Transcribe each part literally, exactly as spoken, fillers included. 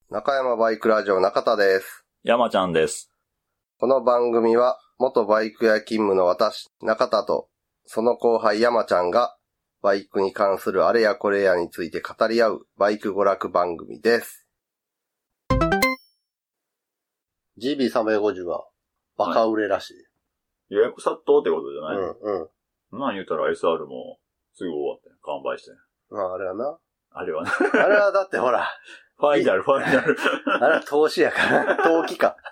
中山バイクラジオ中田です。 山ちゃんです。 この番組は元バイク屋勤務の私中田とその後輩山ちゃんがバイクに関するあれやこれやについて語り合うバイク娯楽番組です。ジービーさんびゃくごじゅう はバカ売れらしい。はい、 予約殺到ってことじゃない？ うんうん。なん言うたら エスアール もすぐ終わって完売して。 まああれはな。 あれはな。 あれはだってほら。 ファイナル、ファイナル。 あれは投資やから。投機か。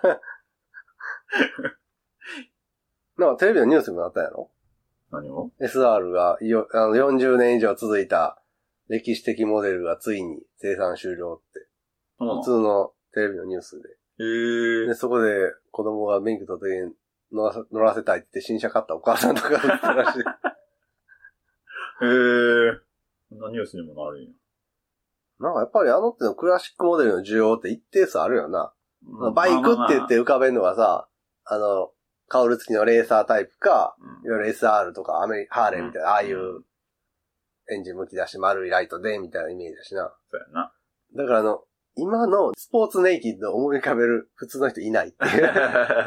なんかテレビのニュースにもなったんやろ？ 何を？ エスアール がよあのよんじゅうねん以上続いた歴史的モデルがついに生産終了って。うん、普通のテレビのニュースで。 へー。 で、そこで子供が免許取って乗らせ、乗らせたいって言って新車買ったお母さんとか言ったらしい。 へー。そんなニュースにもなるんや。 なんかやっぱりあのってのクラシックモデルの需要って一定数あるよな。うん、バイクって言って浮かべるのがさ、あの、カウル付きのレーサータイプか、うん、いわゆる エスアール とかアメリハーレーみたいな、うん、ああいうエンジンむき出し丸いライトでみたいなイメージだしな。 そうやな。 だからあの、今のスポーツネイキッドを思い浮かべる普通の人いないっていう。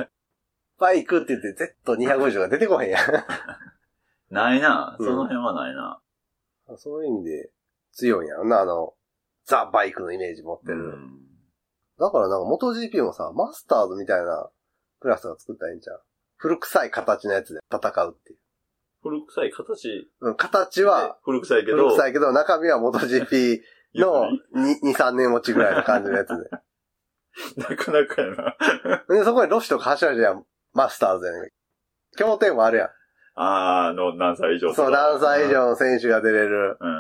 バイクって言って ゼットにひゃくごじゅう が出てこへんやん。 ないな。その辺はないな。 うん、そういう意味で強いんやろな、あの、ザ・バイクのイメージ持ってる。うん、だからなんか モトジーピー もさ、マスターズみたいなクラスが作ったらいいんじゃん。古臭い形のやつで戦うっていう。 古臭い形？ うん、形は古臭いけど。 古臭いけど、中身は モトジーピー のに、さんねん持ちぐらいの感じのやつで。 なかなかやな。 で、そこにロシとか走るじゃん。マスターズやねん。協定もあるやん。 あー、あの、何歳以上とか。 そう、何歳以上の選手が出れる。 うん。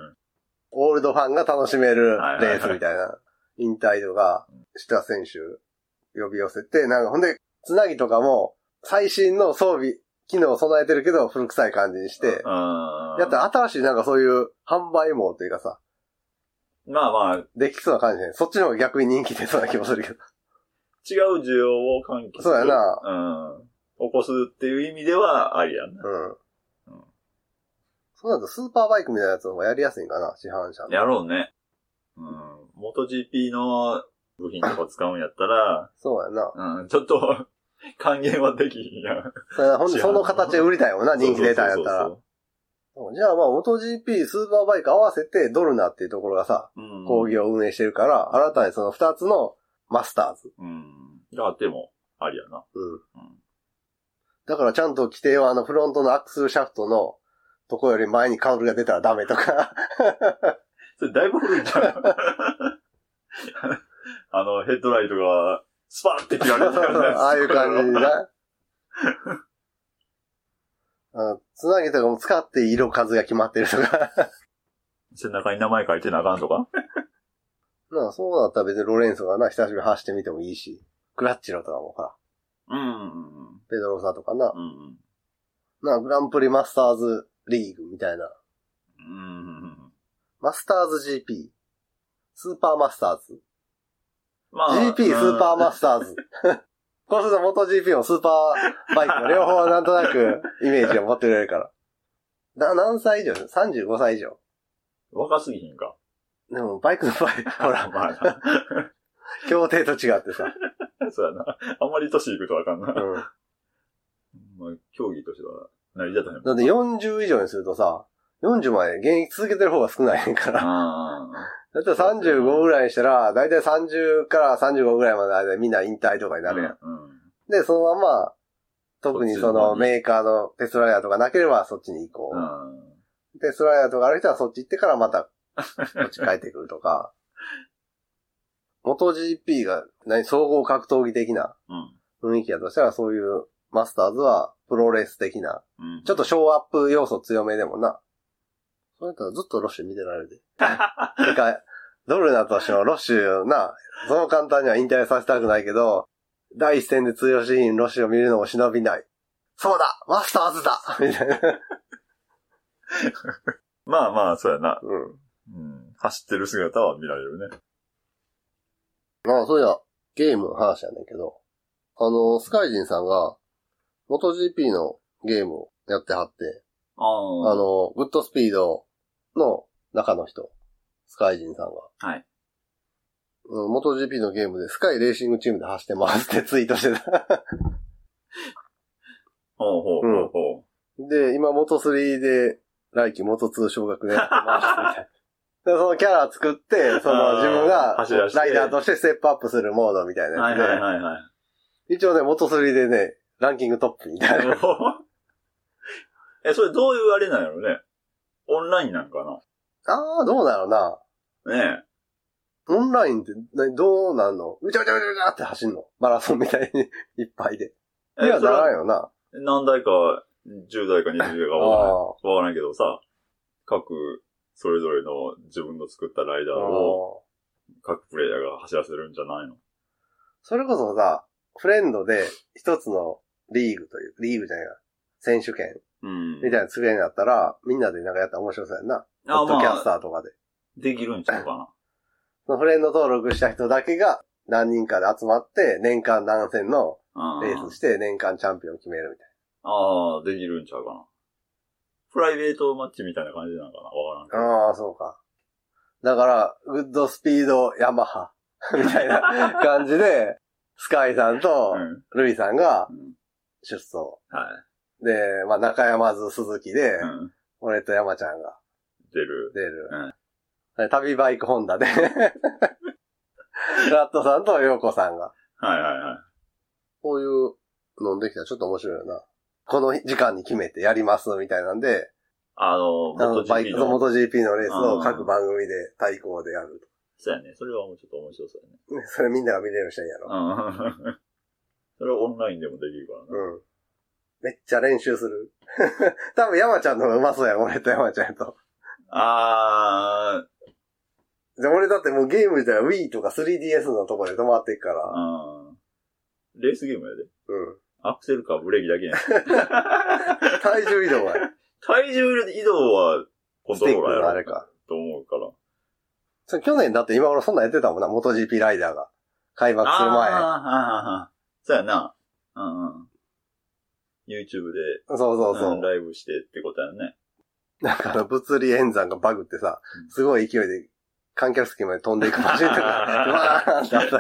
オールドファンが楽しめるレースみたいな。引退とかした選手呼び寄せて、なんかほんで、つなぎとかも最新の装備、機能を備えてるけど古臭い感じにして、やったら新しいなんかそういう販売網というかさ、 まあまあ。 できそうな感じね。そっちの方が逆に人気出そうな気もするけど。 違う需要を喚起する。 そうやな。 うん。起こすっていう意味ではありやな。 うん。うん。そうなるとスーパーバイクみたいなやつの方がやりやすいんかな、市販車の。 やろうね。うん。モトジーピー の部品とか使うんやったら。 そうやな。 うん。ちょっと、還元はできひんやん。 それほんでその形で売りたいもんな、人気出たんやったら。そうそうそうそうじゃあまあ、モトジーピー、スーパーバイク合わせてドルナっていうところがさ、うん、工業を運営してるから、新たにその二つのマスターズ。 うん。があっても、ありやな。 うん。うん。だからちゃんと規定はあのフロントのアクスルシャフトのとこより前にカウルが出たらダメとか。 それだいぶ古いんじゃん。あの、ヘッドライトがスパーって切られてるやつ。 ああいう感じにな。あの、つなぎとかも使って色数が決まってるとか。 背中に名前書いてなあかんとかなあ、そうだったら別にロレンソがな、久しぶりに走ってみてもいいし。クラッチロとかもほら。 うんうんうん。 ペドロサとかな。 うんうん。 なあ、グランプリマスターズリーグみたいな。 うんうんうん。 マスターズ ジーピー。スーパーマスターズ。 まあ。 ジーピー スーパーマスターズ。こうするとモトジーピー もスーパーバイクも両方なんとなくイメージを持ってくれるから。な、何歳以上 ?さんじゅうご 歳以上。 若すぎひんか。 でもバイクの場合、ほら、 まあ協定と違ってさ。 そうやな。あんまり年いくとわかんない。うん。まあ、競技としては成り立たへん。 だってよんじゅう以上にするとさ、よんじゅうまで現役続けてる方が少ないから。あだってさんじゅうごぐらいにしたら、だいたいさんじゅうからさんじゅうごぐらいまでの間みんな引退とかになるやん。うんうん、で、そのまま、特にそのメーカーのテストライダーとかなければそっちに行こう。うん、テストライダーとかある人はそっち行ってからまた、こっち帰ってくるとか。モトジーピー が何総合格闘技的な雰囲気だとしたら、そういうマスターズはプロレス的な、うん、ちょっとショーアップ要素強めでもな。そうやったらずっとロッシュ見てられるで。てか、ドルナとしてのロッシュな、その簡単には引退させたくないけど、第一線で通用シーンロッシュを見るのも忍びない。そうだマスターズだみたいな。 まあまあ、そうやな。 うん。 うん。走ってる姿は見られるね。 まあ、そういや、ゲームの話やねんけど、あの、スカイジンさんが、モトジーピー のゲームをやってはって、ああの、グッドスピードの中の人、スカイジンさんが。 はい。 うん、モトジーピー のゲームでスカイレーシングチームで走ってますってツイートしてた。 ほうほうほうほう。ん、で、今モトスリーで来季モトツー昇格でやってますみたいな。で、そのキャラ作って、その自分がライダーとしてステップアップするモードみたいなやつで。はいはいはいはい。一応ね、モトスリーでね、ランキングトップみたいな。 え、それどういうあれなんやろね。オンラインなんかな。 ああ、どうだろうな。 ねえ。 オンラインってどうなんの？うちゃうちゃうちゃうちゃって走んの？マラソンみたいにいっぱいで。いや、ならんよな。 何台か、じゅうだいかにじゅうだいかわからん。わからんけどさ、各、それぞれの自分の作ったライダーを、各プレイヤーが走らせるんじゃないの？ それこそさ、フレンドで一つのリーグという、リーグじゃないか、選手権みたいな作りになったら、みんなでなんかやったら面白そうやんな。ポッドキャスターとかで。 できるんちゃうかな。 そのフレンド登録した人だけが何人かで集まって年間何戦のレースして年間チャンピオンを決めるみたいな。ああ、できるんちゃうかな。プライベートマッチみたいな感じなのかなわからんけど。 ああ、そうか。だから、グッドスピードヤマハみたいな感じで、スカイさんとルイさんが出走。うん、はい。で、まあ中山津鈴木で、うん、俺と山ちゃんが出る。 出る。うん旅バイクホンダで。ラットさんとヨーコさんが。 はいはいはい。 こういうのできたらちょっと面白いよな。この時間に決めてやりますみたいなんで。 あの、 モトジーピー の。モトジーピー のレースを各番組で対抗でやると。 そうやね。それはもうちょっと面白そうやね。 それみんなが見れるようにしたらいいやろ。 うん。それはオンラインでもできるからね。うん。めっちゃ練習する。多分山ちゃんの方がうまそうやん。俺と山ちゃんと。 あー。 で俺だってもうゲーム自体は Wii とか スリーディーエス のとこで止まっていくから。 あー。レースゲームやで。 うん。 アクセルかブレーキだけや。 体重移動は体重移動はコントローラーやろ。 あれか。 と思うから。 そ去年だって今頃そんなんやってたもんな。モトジーピー ライダーが。開幕する前。 ああ、ああ、そうやな。うんうん。YouTube で。 そうそうそう、 うん。ライブしてってことやね。 なんかあの物理演算がバグってさ、すごい勢いで観客席まで飛んでいくマシンとか、わーってあった。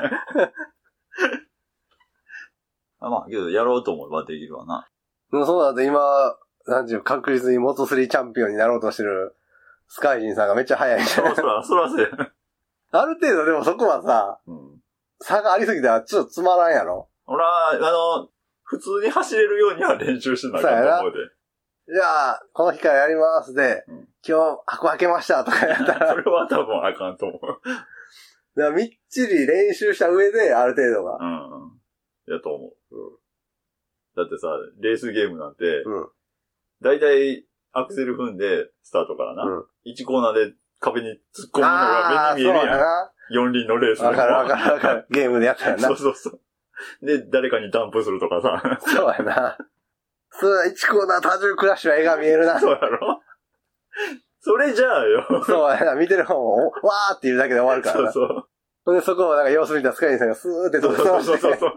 まあ、けどやろうと思えばできるわな。 でもそうだと今、なんちゅう、確実にモトスリーチャンピオンになろうとしてるスカイジンさんがめっちゃ速いじゃん。 そら、そらせ。 ある程度でもそこはさ、うん、差がありすぎたらちょっとつまらんやろ。 ほら、あの、普通に走れるようには練習しなかったと思うで。 じゃあ、この日からやりますで、うん、今日箱開けましたとかやったら。 それは多分あかんと思う。 だからみっちり練習した上で、ある程度が。 うん。やと思う。うん。だってさ、レースゲームなんて、うん。だいたいアクセル踏んで、スタートからな。うん。いちコーナーで壁に突っ込むのが目に見えるやん。あ四輪のレース。 わかるわかるわかる。ゲームでやったらな。 そうそうそう。で、誰かにダンプするとかさ。 そうやな。そう、いちコーナー多重クラッシュは絵が見えるな。 そうやろそれじゃあよ。 そうやな。見てる方も、わーって言うだけで終わるからな。そうそう。ほんで、そこをなんか様子見たスカイニーさんがスーって飛びそうそうそうそう。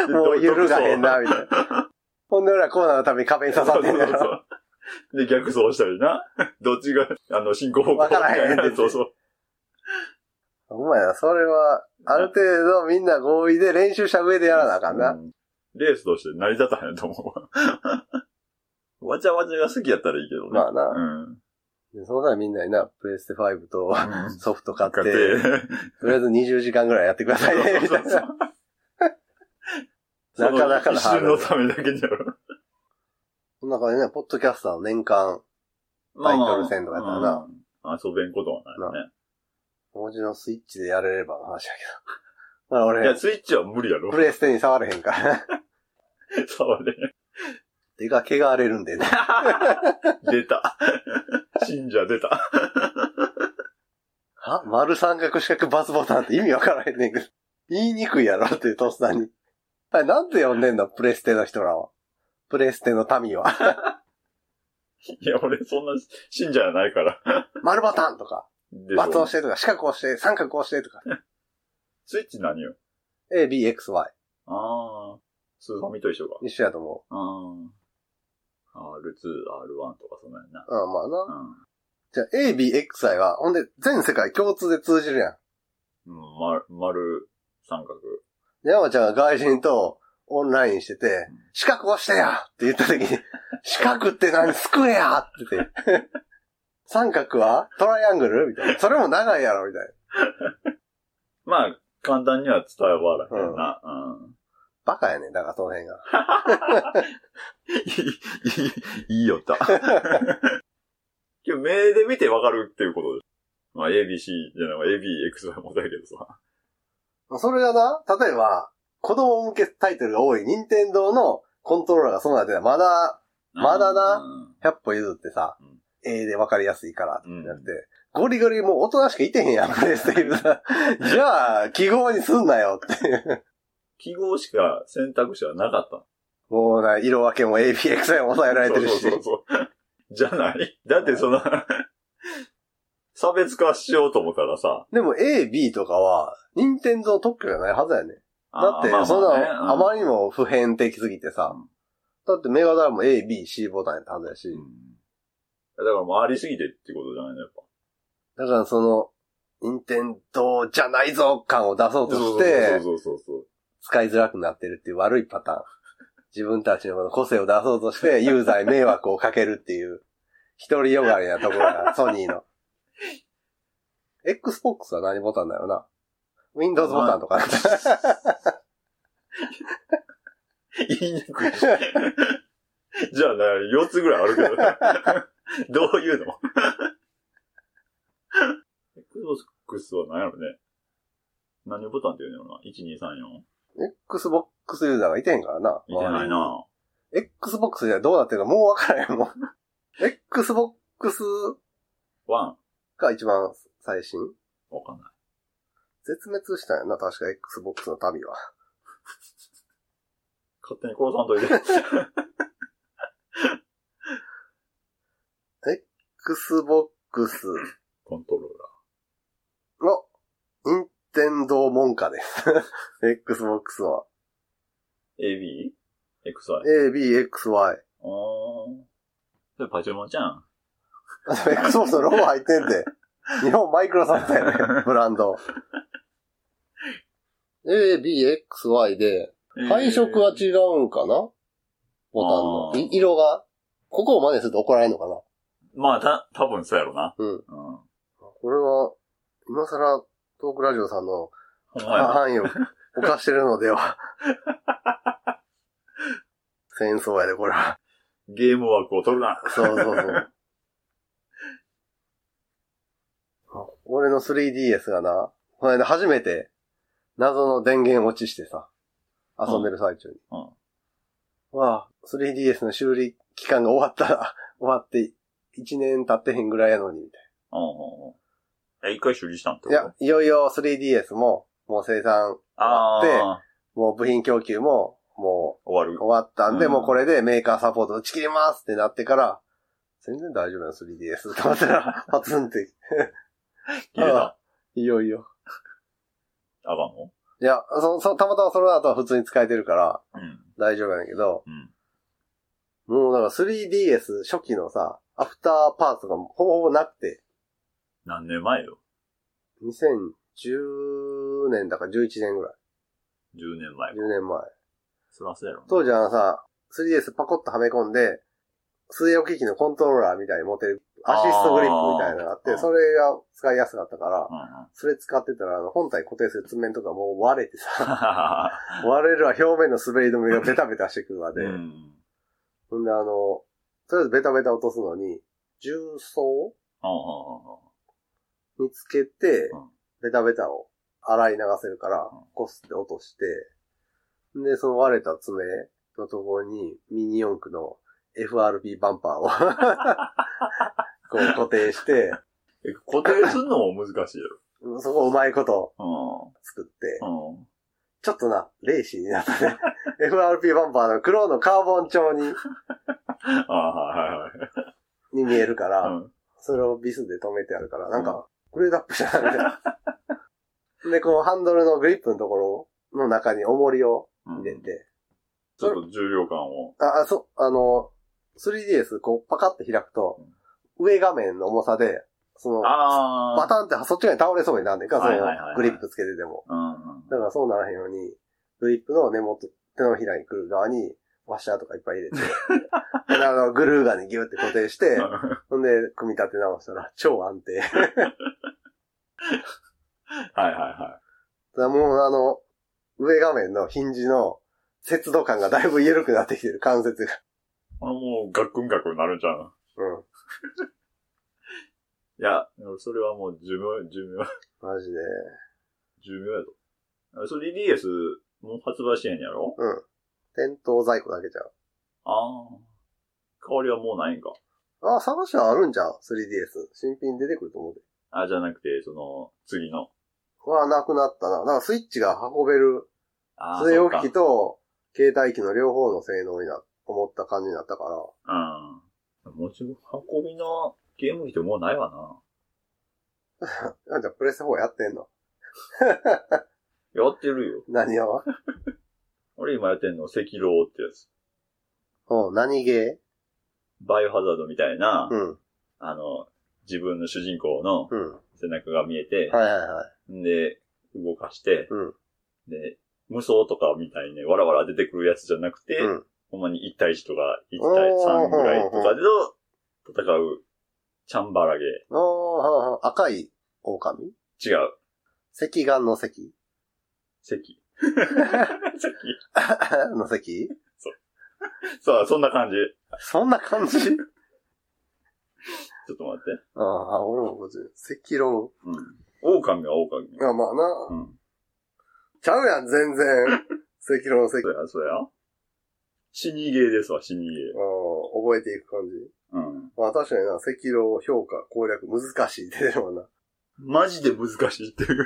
もう揺るがへんな、みたいな。ほんで、俺らコーナーのために壁に刺さってんだよ。そうそうそうで、逆走したりな。どっちが、あの、進行方向わからへんって。 そうそう。 お前な、それは、ある程度みんな合意で練習した上でやらなあかんな。うん、 レースとして成り立たへんと思う。わちゃわちゃが好きやったらいいけどね。 まあな。うんでその際みんなにな、プレステファイブとソフト買って、うん、とりあえずにじゅうじかんぐらいやってくださいね、みたいな。なかなかのハードル。一瞬のためだけにやろ。 そんな感じでね、ポッドキャスターの年間タイトル戦とかやったらな。まあまあ、遊べんことはないよね。 もちろんスイッチでやれればの話やけど。まあ俺。 いや、スイッチは無理やろ。 プレステに触れへんから。 触れへん。 手が汚れるんでね。 出た。信者出た。 は丸三角四角バツボタンって意味わからへんねんけど。言いにくいやろっていうとっさに。あれなんて呼んでんのプレステの人らは。プレステの民は。 いや、俺そんな信者じゃないから。 丸ボタンとか。バツ押してとか、四角押して、三角押してとか。 スイッチ何よ ?A、B、X、Y。 ああ。スーファミと一緒か。 一緒やと思う。 ああ。アールツー、アールワン とかそんなんやな。 うん、まあな。うん、じゃあ A、B、X、Y は、ほんで全世界共通で通じるやん。 うん、丸、丸三角。 山ちゃんが外人とオンラインしてて、うん、四角押してやって言った時に、四角って何スクエアって言って。三角はトライアングルみたいな。それも長いやろみたいな。まあ、簡単には伝わらへんな。うん。うん、 バカやねん、だからその辺が。 いい、いいよった。今日目で見てわかるっていうことです。まあ エービーシー じゃない、エービーエックスワイ もだけどさ。 それがな、例えば、子供向けタイトルが多い任天堂のコントローラーがそうなってたら、まだ、まだな、ひゃっぽ譲ってさ、うん、A でわかりやすいからってなって、うん、ゴリゴリもう大人しかいてへんやん、プレイステールさ。じゃあ、記号にすんなよっていう。 記号しか選択肢はなかった。 もうな、色分けも エービーエックスワイ も抑えられてるし。 そうそうそうそう。じゃない？だってその、差別化しようと思ったらさ。 でも A、B とかは、任天堂特許じゃないはずやね。だって、そんな、ね、うん、あまりにも普遍的すぎてさ。うん、だってメガドライブも A、B、C ボタンやったはずやし。うん、 だからもうありすぎてってことじゃないのやっぱ。 だからその、任天堂じゃないぞ感を出そうとして、 そうそうそうそう。 使いづらくなってるっていう悪いパターン。自分たちの個性を出そうとして、ユーザーに迷惑をかけるっていう、独りよがりなところが、ソニーの。Xbox は何ボタンだよな。Windows ボタンとか。 言いにくい。じゃあね、よっつぐらいあるけど。どういうの ?Xbox は何やろね。何ボタンって言うのかな ?いちにさんよん? Xbox ユーザーがいてへんからな。 いてないな。 Xbox じゃどうなってるかもうわからへんもん。Xbox ワンが一番最新？ わかんない。 絶滅したんやな、確か Xbox の旅は。 勝手に殺さんといて。 Xbox コントローラー。 お、任天堂門下です。Xbox は。 エービー？ エックスワイ？ エービーエックスワイ。 あー。それパチモンちゃん。 Xbox のロゴ入ってんて。日本マイクロソフトやね、ブランド。エービーエックスワイ で、配色は違うんかな、ボタンの。色が。ここを真似すると怒られるのかな。 まあ、た、多分そうやろな。 うん。うん、これは、今更、トークラジオさんの範囲を犯してるのでは。戦争やで、これは。 ゲーム枠を取るな。 そうそうそう。俺の スリーディーエス がな、この間初めて謎の電源落ちしてさ、遊んでる最中に。うんうん、わあ、スリーディーエス の修理期間が終わったら、終わっていちねん経ってへんぐらいやのに、みたいな。うんうんうんえ、一回修理したんってこと？ いや、いよいよ スリーディーエス も、もう生産終わって、もう部品供給も、もう、 終わる。 終わったんで、うん、もうこれでメーカーサポート打ち切りますってなってから、全然大丈夫な スリーディーエス と思ったら、パツンって。 切れた。 いよいよ。 あかんの？ いや、そ、そ、たまたまその後は普通に使えてるから、うん、大丈夫なんやけど、うん、もうだから スリーディーエス 初期のさ、アフターパーツがほぼほぼなくて。 何年前よ？ にせんじゅうねんだかじゅういちねんぐらい。 じゅうねんまえ。 じゅうねんまえ。 そらそうやろ、ね。 当時あのさ、スリーディーエス パコッとはめ込んで、据え置き機のコントローラーみたいに持てる、アシストグリップみたいなのがあって、それが使いやすかったから、それ使ってたら、あの、本体固定する爪とかもう割れてさ、割れるわ、表面の滑り止めがベタベタしてくるわで、うん、ほんであの、とりあえずベタベタ落とすのに、重曹につけて、ベタベタを洗い流せるから、こすって落として、で、その割れた爪のところにミニ四駆の エフアールピー バンパーをこう固定して。 固定するのも難しいやろ。そこをうまいこと作って、うん、ちょっとな、レーシーになったね。エフアールピー バンパーの黒のカーボン調に、 あはいはい、 に見えるから、うん、それをビスで止めてあるから、なんか、グレードアップしたなみたいな。で、このハンドルのグリップのところの中に重りを入れて、うん、 ちょっと重量感を。 あ、そう、あの、スリーディーエス こうパカッと開くと、うん、上画面の重さでその、バタンってそっち側に倒れそうになんねんか、その、グリップつけてても。だからそうならへんように、グリップの根元、手のひらに来る側に、ワッシャーとかいっぱい入れて、であの、グルーガンにギューって固定して、ほんで、組み立て直したら、超安定。 はいはいはい。 だもうあの、上画面のヒンジの節度感がだいぶ緩くなってきてる、関節が。 あのもうガックンガックンなるんちゃうの？うん。いや、それはもう寿命、寿命。 マジで。 寿命やと。それ ディーエス もう発売してんやろ？ うん。店頭在庫だけちゃう。 ああ。代わりはもうないんか。 ああ、探しはあるんじゃん、スリーディーエス。新品出てくると思うで。 あ、じゃなくて、その、次の。 は、なくなったな。だからスイッチが運べる、据え置きと、携帯機の両方の性能にな、思った感じになったから。 うん。もちろん、運びのゲーム機ってもうないわな。あ、じゃあ、プレステフォーやってんの？ やってるよ。 何を？ 俺今やってんの、赤狼ってやつ。 うん、何ゲー？バイオハザードみたいな、 うん。 あの、自分の主人公の背中が見えて、 うん、はいはいはい。 で、動かして、 うん、 で、無双とかみたいにね、わらわら出てくるやつじゃなくて、うん、ほんまにいち対いちとかいち対さんぐらいとかでの戦う、チャンバラゲー。 ああ、赤い狼？ 違う。 赤眼の赤？ 赤。 赤の赤？ そう。そう、そんな感じ。 そんな感じ？ちょっと待って。 ああ、俺もこっち。赤狼。 うん。狼は狼。 あ、まあな。うん。ちゃうやん、全然。赤狼の赤。 そうや、そうや。死にゲーですわ、死にゲー。 ああ、覚えていく感じ。 うん。 まあ確かにな、赤狼評価、攻略難しいって出るもんな。 マジで難しいっていう。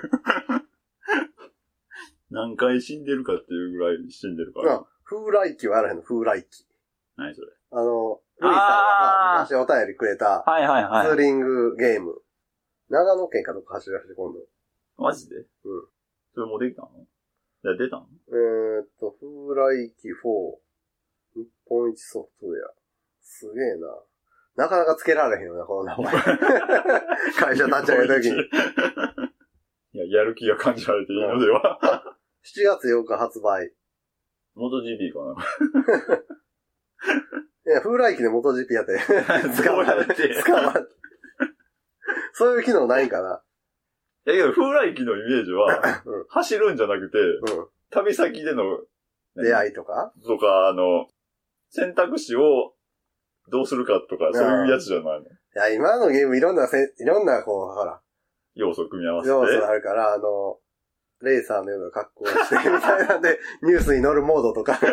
何回死んでるかっていうぐらい死んでるから。 あ、風来機はやらへんの、風来機。 何それ。 あの、ルイさんが昔お便りくれた、 はいはいはい。 ツーリングゲーム。長野県かどっか走らせて今度。 マジで？うん。それもできたの？いや、出たの？ えーっと、風来機フォー、日本一ソフトウェア。すげえな。なかなかつけられへんよな、この名前。会社立ち上げた時に。 いや、やる気が感じられていいのでは。 しちがつようか発売。 元 ジーピー かな。 いや、風来機で元 ジーピー やって。 捕まって。 捕まって。そういう機能ないんかな。 いやけど、風来機のイメージは、うん、走るんじゃなくて、うん、旅先での出会いとかとか、あの、選択肢をどうするかとか、そういうやつじゃないの？いや、今のゲームいろんなせ、いろんな、こう、ほら。 要素組み合わせて。 要素あるから、あの、レーサーのような格好をして、みたいなんで、ニュースに乗るモードとか。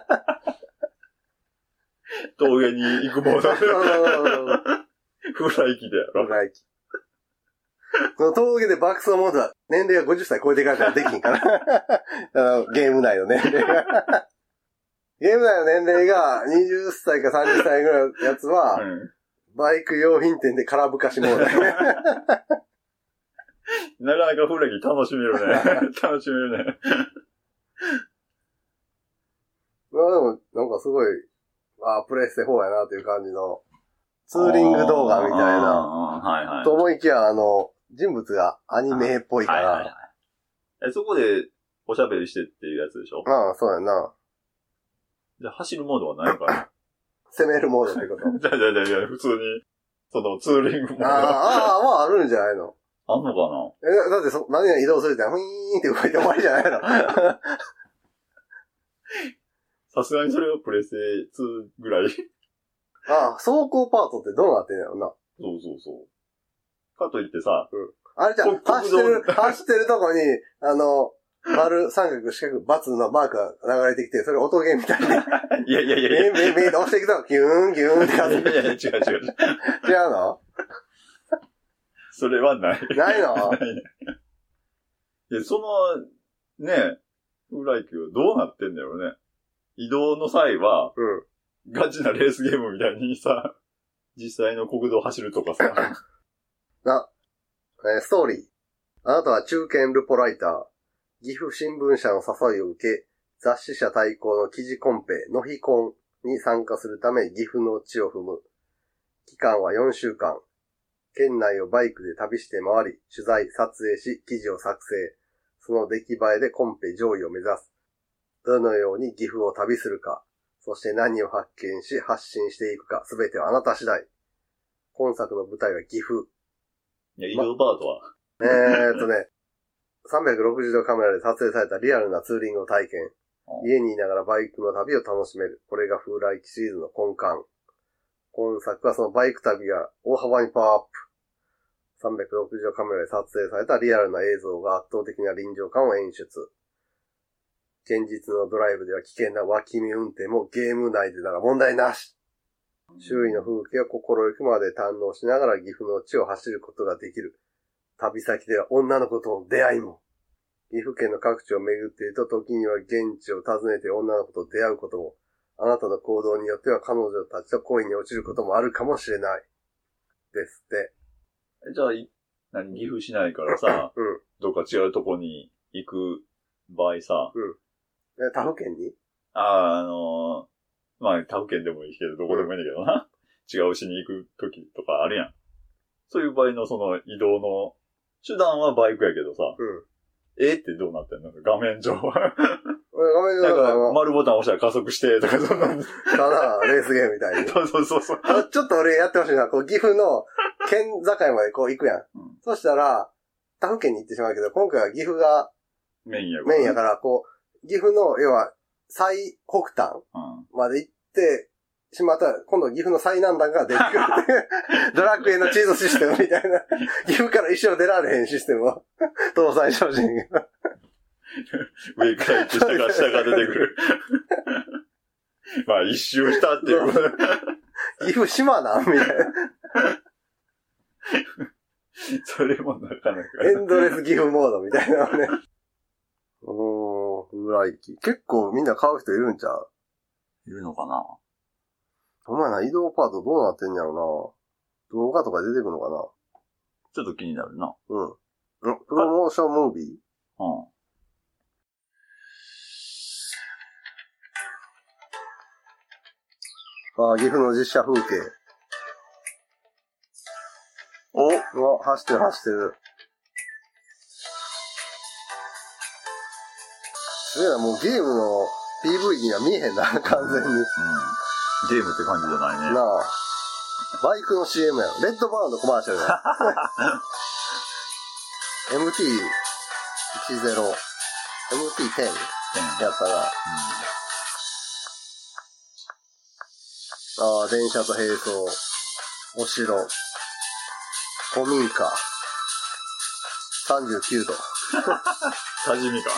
峠に行くモード。風来機でやろ。 風来機。その峠で爆走モードは年齢がごじゅっさい超えてからじゃできひんから。あのゲーム内の年齢が。ゲーム内の年齢がはたちかさんじゅっさいぐらいのやつは、うん、バイク用品店で空ぶかしモード。なかなか風来機楽しめるね。楽しめるね。 まあでも、なんかすごい、ああ、プレイステフォーやなっていう感じの、ツーリング動画みたいな。 はいはい。 と思いきや、あの、人物がアニメっぽいから。はいはいはい。 え、そこでおしゃべりしてっていうやつでしょ？ ああ、そうやな。 じゃあ走るモードはないのかな？ 攻めるモードってことじゃあじゃあじゃあじゃあ普通に、そのツーリングモード。 ああ、ああ、まああるんじゃないの？ あんのかな？ え、だってそ、何々移動するって、ふぃーんって動いて終わりじゃないの？ さすがにそれはプレステツーぐらい。 ああ、走行パートってどうなってんやろな。 そうそうそう。かといってさ、 うん。あれじゃん、走ってる、走ってるとこに、あの、丸、三角、四角、バツのマークが流れてきて、それ音ゲーみたいに。 いやいやいやいや。 ビンビンビンって押していくと、ギューンギューンって感じ。 いやいや、違う違う違う。 違うの？ それはない。 ないの？ないね。いや、その、ね、風来機はどうなってんだよね。移動の際は、うん。ガチなレースゲームみたいにさ、実際の国道走るとかさ。 な、えー、ストーリー。あなたは中堅ルポライター。岐阜新聞社の誘いを受け、雑誌社対抗の記事コンペ、のひコンに参加するため岐阜の地を踏む。期間はよんしゅうかん。 県内をバイクで旅して回り、取材、撮影し、記事を作成。その出来栄えでコンペ上位を目指す。どのように岐阜を旅するか、そして何を発見し発信していくか、すべてはあなた次第。今作の舞台は岐阜。 いや、移動パートは、 ま、えーっとね、さんびゃくろくじゅうどカメラで撮影されたリアルなツーリングを体験。家にいながらバイクの旅を楽しめる。これが風来機シリーズの根幹。今作はそのバイク旅が大幅にパワーアップ。さんびゃくろくじゅうどカメラで撮影されたリアルな映像が圧倒的な臨場感を演出。現実のドライブでは危険な脇見運転もゲーム内でなら問題なし。周囲の風景を心ゆくまで堪能しながら岐阜の地を走ることができる。旅先では女の子との出会いも。岐阜県の各地を巡っていると、時には現地を訪ねて女の子と出会うことも、あなたの行動によっては彼女たちと恋に落ちることもあるかもしれない。ですって。 え、じゃあ、何、岐阜市内からさ、 うん、 どっか違うとこに行く場合さ、 うん。え、他府県に？ ああ、あのー、まあ、他府県でもいいけど、どこでもいいんだけどな。うん、違う市に行くときとかあるやん。そういう場合のその移動の手段はバイクやけどさ、うん、えってどうなってんの？画面上は。画面上なんか丸ボタン押したら加速してとかそんなん。 かな、レースゲームみたいに。 そうそうそうそう。 ちょっと俺やってほしいな。こう岐阜の県境までこう行くやん。うん、そしたら、他府県に行ってしまうけど、今回は岐阜がメインやから、メインやから、こう、岐阜の、要は、最北端まで行ってしまったら、今度岐阜の最南端から出てくるっていう、ドラクエのチートシステムみたいな、岐阜から一生出られへんシステムを搭載してほしいけど。 上から行って下から下から出てくる。まあ一周したっていうこと。 岐阜島なんみたいな。 それもなかなか。 エンドレス岐阜モードみたいなのね。おー、風来機。結構みんな買う人いるんちゃう？ いるのかな？ お前な、移動パートどうなってんやろな。動画とか出てくるのかな？ ちょっと気になるな。 うん。プロモーションムービー？ うん。 ああ、岐阜の実写風景。おお走ってる走ってる。すげえな、もうゲームの ピーブイ には見えへんな、完全に。うん。 ゲームって感じじゃないね。 なあ。バイクの シーエム やろ。レッドバーンのコマーシャルや。エムティーじゅう、エムティーテン やったら。うんああ、電車と並走、お城、古民家、さんじゅうきゅうど。 多治見か。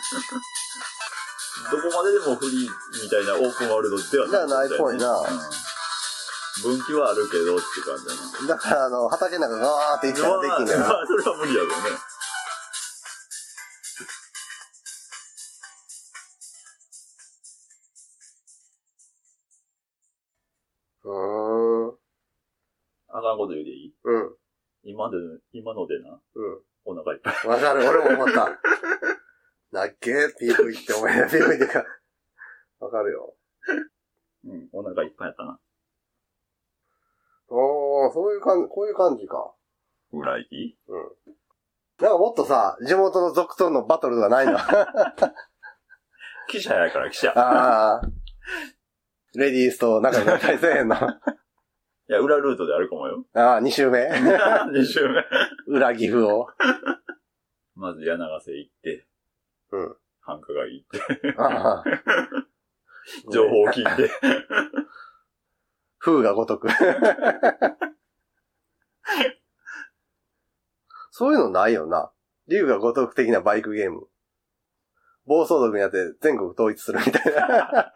どこまででもフリーみたいなオープンワールドではない、ね。 じゃないっぽいな、うん。 分岐はあるけどって感じだな。 だからあの、畑の中ガーって行ったらできんねんな。 まあ、それは無理やろうね。あかんこと言うでいい？ うん。 今で、今のでな。 うん。 お腹いっぱい。 わかる、俺も思った。なっけ ピーブイ って思いな、ピーブイ ってか。わかるよ。 うん、お腹いっぱいやったな。 おー、そういう感じ、こういう感じか。 風来機？ うん。なんかもっとさ、地元の族とのバトルがないの？ 記者やから記者。 ああ。レディースと仲になったりせえへんの？ いや、裏ルートであるかもよ。 ああ、二周目二周目。 裏岐阜を。 まず柳ヶ瀬行って。 うん。 繁華街行って。 ああ。 情報を聞いて。 風が如く。そういうのないよな。龍が如く的なバイクゲーム。暴走族にやって全国統一するみたいな。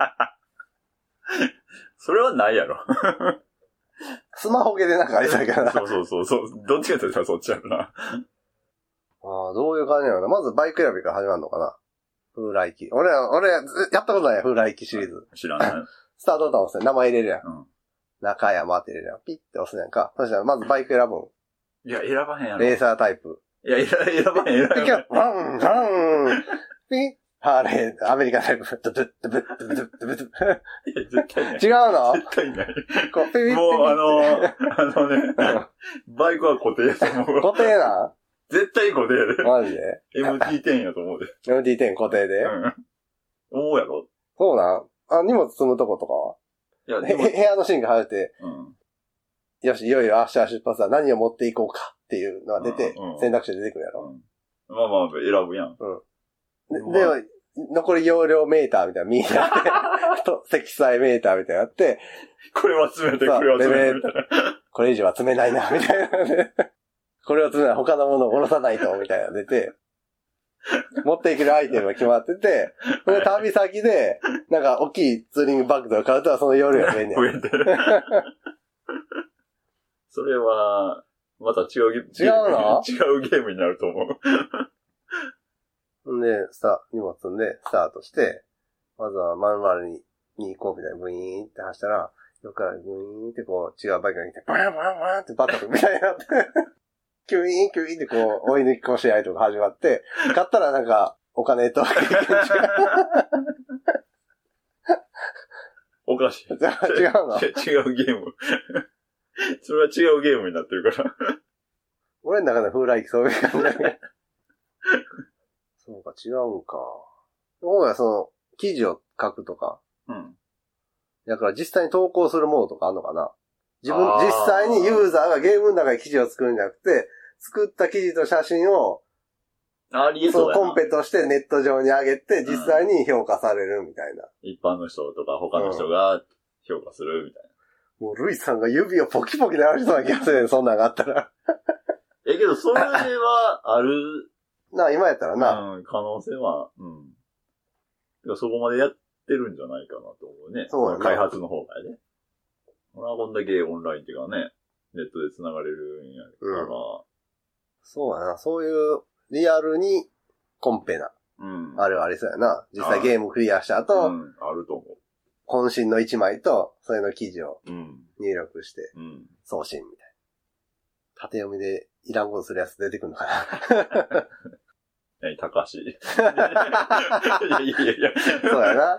それはないやろ。 スマホゲでなんかありそうやけどな。 そうそうそうそう。どっちかというとそっちやろな。ああ、どういう感じなのかな。まずバイク選びから始まるのかな。風来機。俺ら、俺ら、やったことないや、風来機シリーズ。 知らない。 スタートボタン押して名前入れるやん。 うん。 中山って入れるやん。ピッて押すやんか。そしたらまずバイク選ぶん。 いや、選ばへんやろ。 レーサータイプ。 いや、選ばへん、選ばへん。 ピキャッ、ワン、ワン、ピッ、 ハーレー、アメリカタイプ、ブッブッブッブッブッブッブッ。 いや、絶対ない。 違うの？ 絶対ない。 こうピピピピもうあの、あのね、バイクは固定やと思う。 固定な？ 絶対固定で。 マジでエムティーテン やと思うで。 エムティーテン 固定で、うん、 思うやろ？ そうなん？あ、荷物積むとことかはいや、でも部屋のシーンが入って、うん、よし、いよいよ明日出発は何を持っていこうかっていうのが出て、うんうん、選択肢で出てくるやろ、 うん、まあまあ、選ぶやん。 うん。で、でも残り容量メーターみたいな見えてと、積載メーターみたいなのあって、 これは詰めて、これは詰めてみたいな。 これ以上は詰めないな、みたいなね。これを詰めない、他のものを下ろさないと、みたいなの出て、持っていけるアイテムが決まってて、それ旅先で、なんか大きいツーリングバッグとか買うとその容量が増えんねん。 増えてる。それは、また違うゲーム。 違うの？ 違うゲームになると思う。んで、さ、荷物積んで、スタートして、まずはまるまるに、に行こうみたいな、ブイーンって走ったら、横からブイーンってこう、違うバイクが来て、バラバラバラってバトルみたいになって、キュイーンキュイーンってこう、追い抜き越し合いとか始まって、買ったらなんか、お金と、 おかしい。 違うの？ 違うゲーム。それは違うゲームになってるから。 俺の中で風来機そういう感じだね。そうか、違うんか。僕はその、記事を書くとか。うん。だから実際に投稿するものとかあるのかな？自分、実際にユーザーがゲームの中で記事を作るんじゃなくて、作った記事と写真を、 ありえそうだな。そう、コンペとしてネット上に上げて、実際に評価されるみたいな。 うん、一般の人とか他の人が評価するみたいな。 もう、ルイさんが指をポキポキ鳴らしそうな気がするね、そんなんがあったら。 え、けど、それは、ある。 な、今やったらな。 うん、可能性は、うん。そこまでやってるんじゃないかなと思うね。そうやな。開発の方がね。俺はこんだけオンラインっていうかね、ネットで繋がれるんやから、うん。 そうやな、そういうリアルにコンペな。うん。あれはありそうやな。実際ゲームクリアした後、 うん、あると思う。 渾身の一枚と、それの記事を入力して、送信みたいな。縦読みでいらんことするやつ出てくるのかな。 え、高橋。いやいやいや。 そうやな。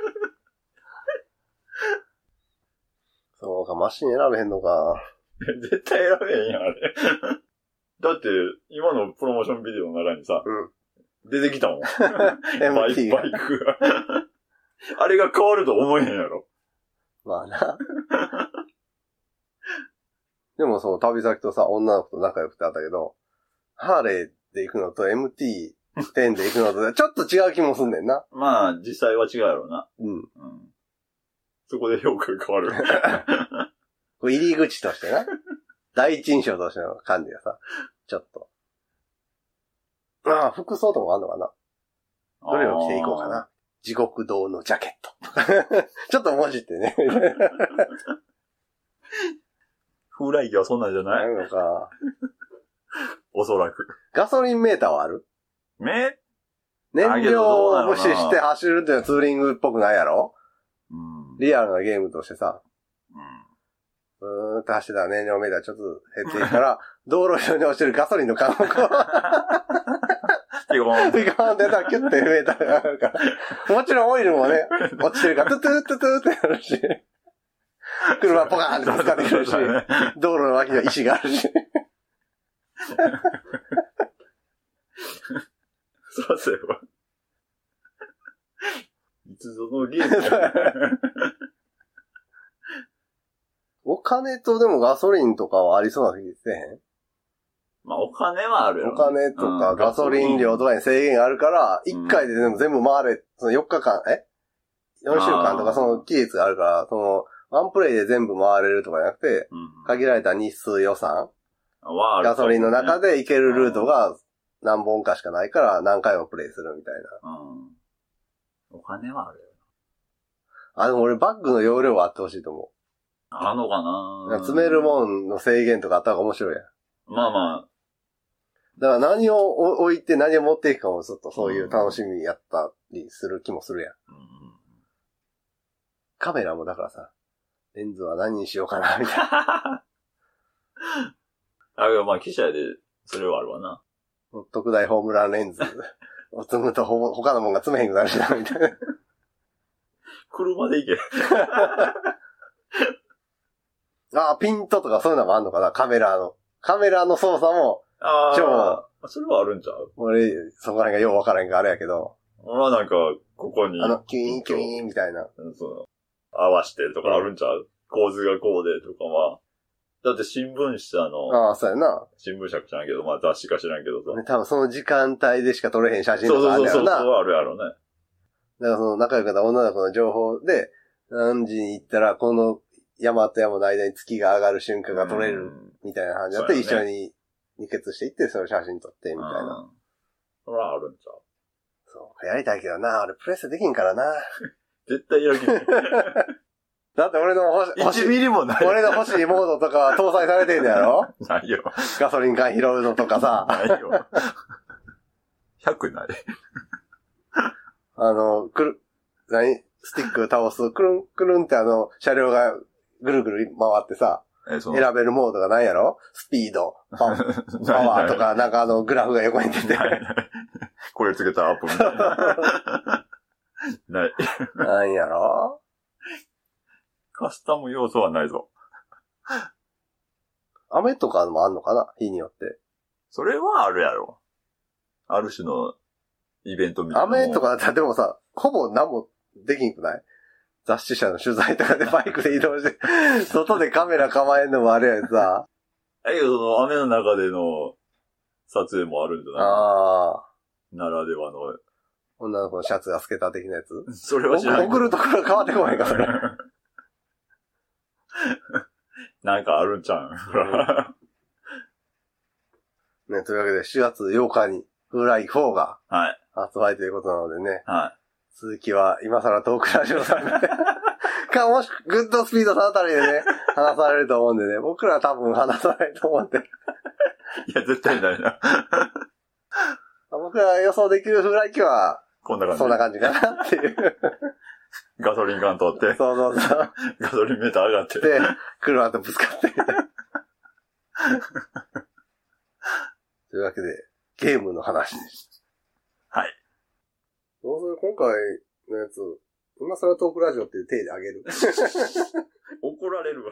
そうか、マシン選べへんのか。 絶対選べへんやん、あれ。だって、今のプロモーションビデオの中にさ、うん、出てきたもん。バイ, バイクが。あれが変わると思えへんやろ。 まあな。でもそう、旅先とさ、女の子と仲良くてあったけど、ハーレーで行くのと エムティーテン で行くのと、ちょっと違う気もすんねんな。 まあ、実際は違うやろうな。うん。うん、そこで評価が変わる。 これ入り口としてな。第一印象としての感じがさ、ちょっと。ああ、服装とかもあんのかな。どれを着ていこうかな。地獄堂のジャケット。ちょっと文字ってね。 風来機はそんなんじゃない？ ないのか。 おそらく。 ガソリンメーターはある？ め燃料を無視して走るっていうのはツーリングっぽくないやろ？うん、リアルなゲームとしてさ。うん。うーんって走ってたら燃料メーターちょっと減っていったら、道路上に落ちてるガソリンの缶をこう、ピコーン。ピコーンってやったらキュッてメーターがあるから。もちろんオイルもね、落ちてるから、トゥトゥトゥトゥってなるし。車ポカーンってぶつかってくるし、道路の脇には石があるし。 そうすれば。いつぞのゲームお金とでもガソリンとかはありそうな気せえへん？ まあお金はあるよ、ね。 お金とかガソリン量とかに制限あるから、いっかいででも全部回れ、そのよっかかん、え ?よん 週間とかその期日があるから、その、ワンプレイで全部回れるとかじゃなくて、限られた日数予算、ガソリンの中で行けるルートが何本かしかないから何回もプレイするみたいな。 お金はあるよ。 あ、でも俺バッグの容量はあってほしいと思う。 あんのかな？ 詰めるもんの制限とかあった方が面白いやん。 まあまあ。 だから何を置いて何を持っていくかもちょっとそういう楽しみやったりする気もするやん。うん、カメラもだからさ、レンズは何にしようかなみたいな。 あ、いやまあ記者でそれはあるわな。 特大ホームランレンズ。 積むとほぼ他のもんが積めへんくなるしな、みたいな。 車で行け。 ああ、ピントとかそういうのもあんのかな、カメラの。カメラの操作も、超、 ああ、それはあるんちゃう？ 俺、そこら辺がようわからんがあれやけど。 俺はなんか、ここに。 あの、キュイーンキュイーンみたいな。 そう。合わしてとかあるんちゃう、うん、構図がこうでとかは。だって新聞社の。 ああ、そうやな。 新聞社知らんけど、まあ雑誌か知らんけどさ。 ね、多分その時間帯でしか撮れへん写真とかあるやろな。 そうそうそうそう、あるやろね。 だからその仲良くな女の子の情報で、何時に行ったらこの山と山の間に月が上がる瞬間が撮れるみたいな感じだって、一緒に二血していってその写真撮ってみたいな。 それはあるんちゃう？ そう。やりたいけどな、俺プレスできんからな。 絶対やる気ない。 だって俺の欲しい、 いちミリもない。 俺の欲しいモードとかは搭載されてんだやろ？ ないよ。 ガソリン缶拾うのとかさ。 ないよ。ひゃくない。 あの、くる、何スティック倒すと、くるん、くるんってあの、車両がぐるぐる回ってさ、え選べるモードがないやろ？スピード、パワーとか、なんかあの、グラフが横に出て。 これつけたアップみたいな。ない。 なんやろ？ カスタム要素はないぞ。 雨とかもあんのかな？日によって。 それはあるやろ。ある種のイベントみたいな。 雨とかだったらでもさ、ほぼ何もできんくない？雑誌社の取材とかでバイクで移動して、外でカメラ構えんのもあれやさ。 え、その雨の中での撮影もあるんじゃない？ ああ。 ならではの。 女の子のシャツが透けた的なやつ？ それは知らない。 送るところ変わってこないか、それ。 なんかあるんちゃうね、というわけでしがつようかにフライフォーが発売ということなのでね。 はい。 続きは今更トークラジオさんで。か、もし、グッドスピードさんあたりでね、話されると思うんでね。僕らは多分話さないと思うんで。 いや、絶対ないな。 僕ら予想できるフライ機は、 こんな感じ。 そんな感じかなっていう。 ガソリン缶取って。 そうそうそう。 ガソリンメーター上がって。 で、車とぶつかってみたいな。というわけで、ゲームの話です。 はい。 どうする？今回のやつ、今更トークラジオっていう体であげる。 怒られるわ。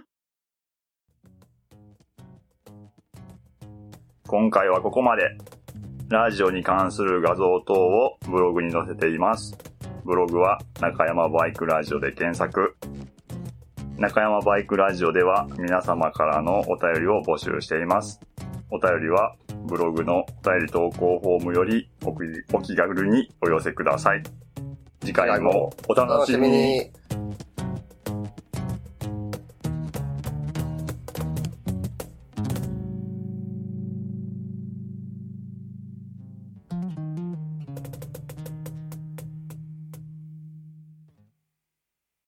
今回はここまで。ラジオに関する画像等をブログに載せています。ブログは中山バイクラジオで検索。中山バイクラジオでは皆様からのお便りを募集しています。お便りはブログのお便り投稿フォームよりお気軽にお寄せください。次回もお楽しみに。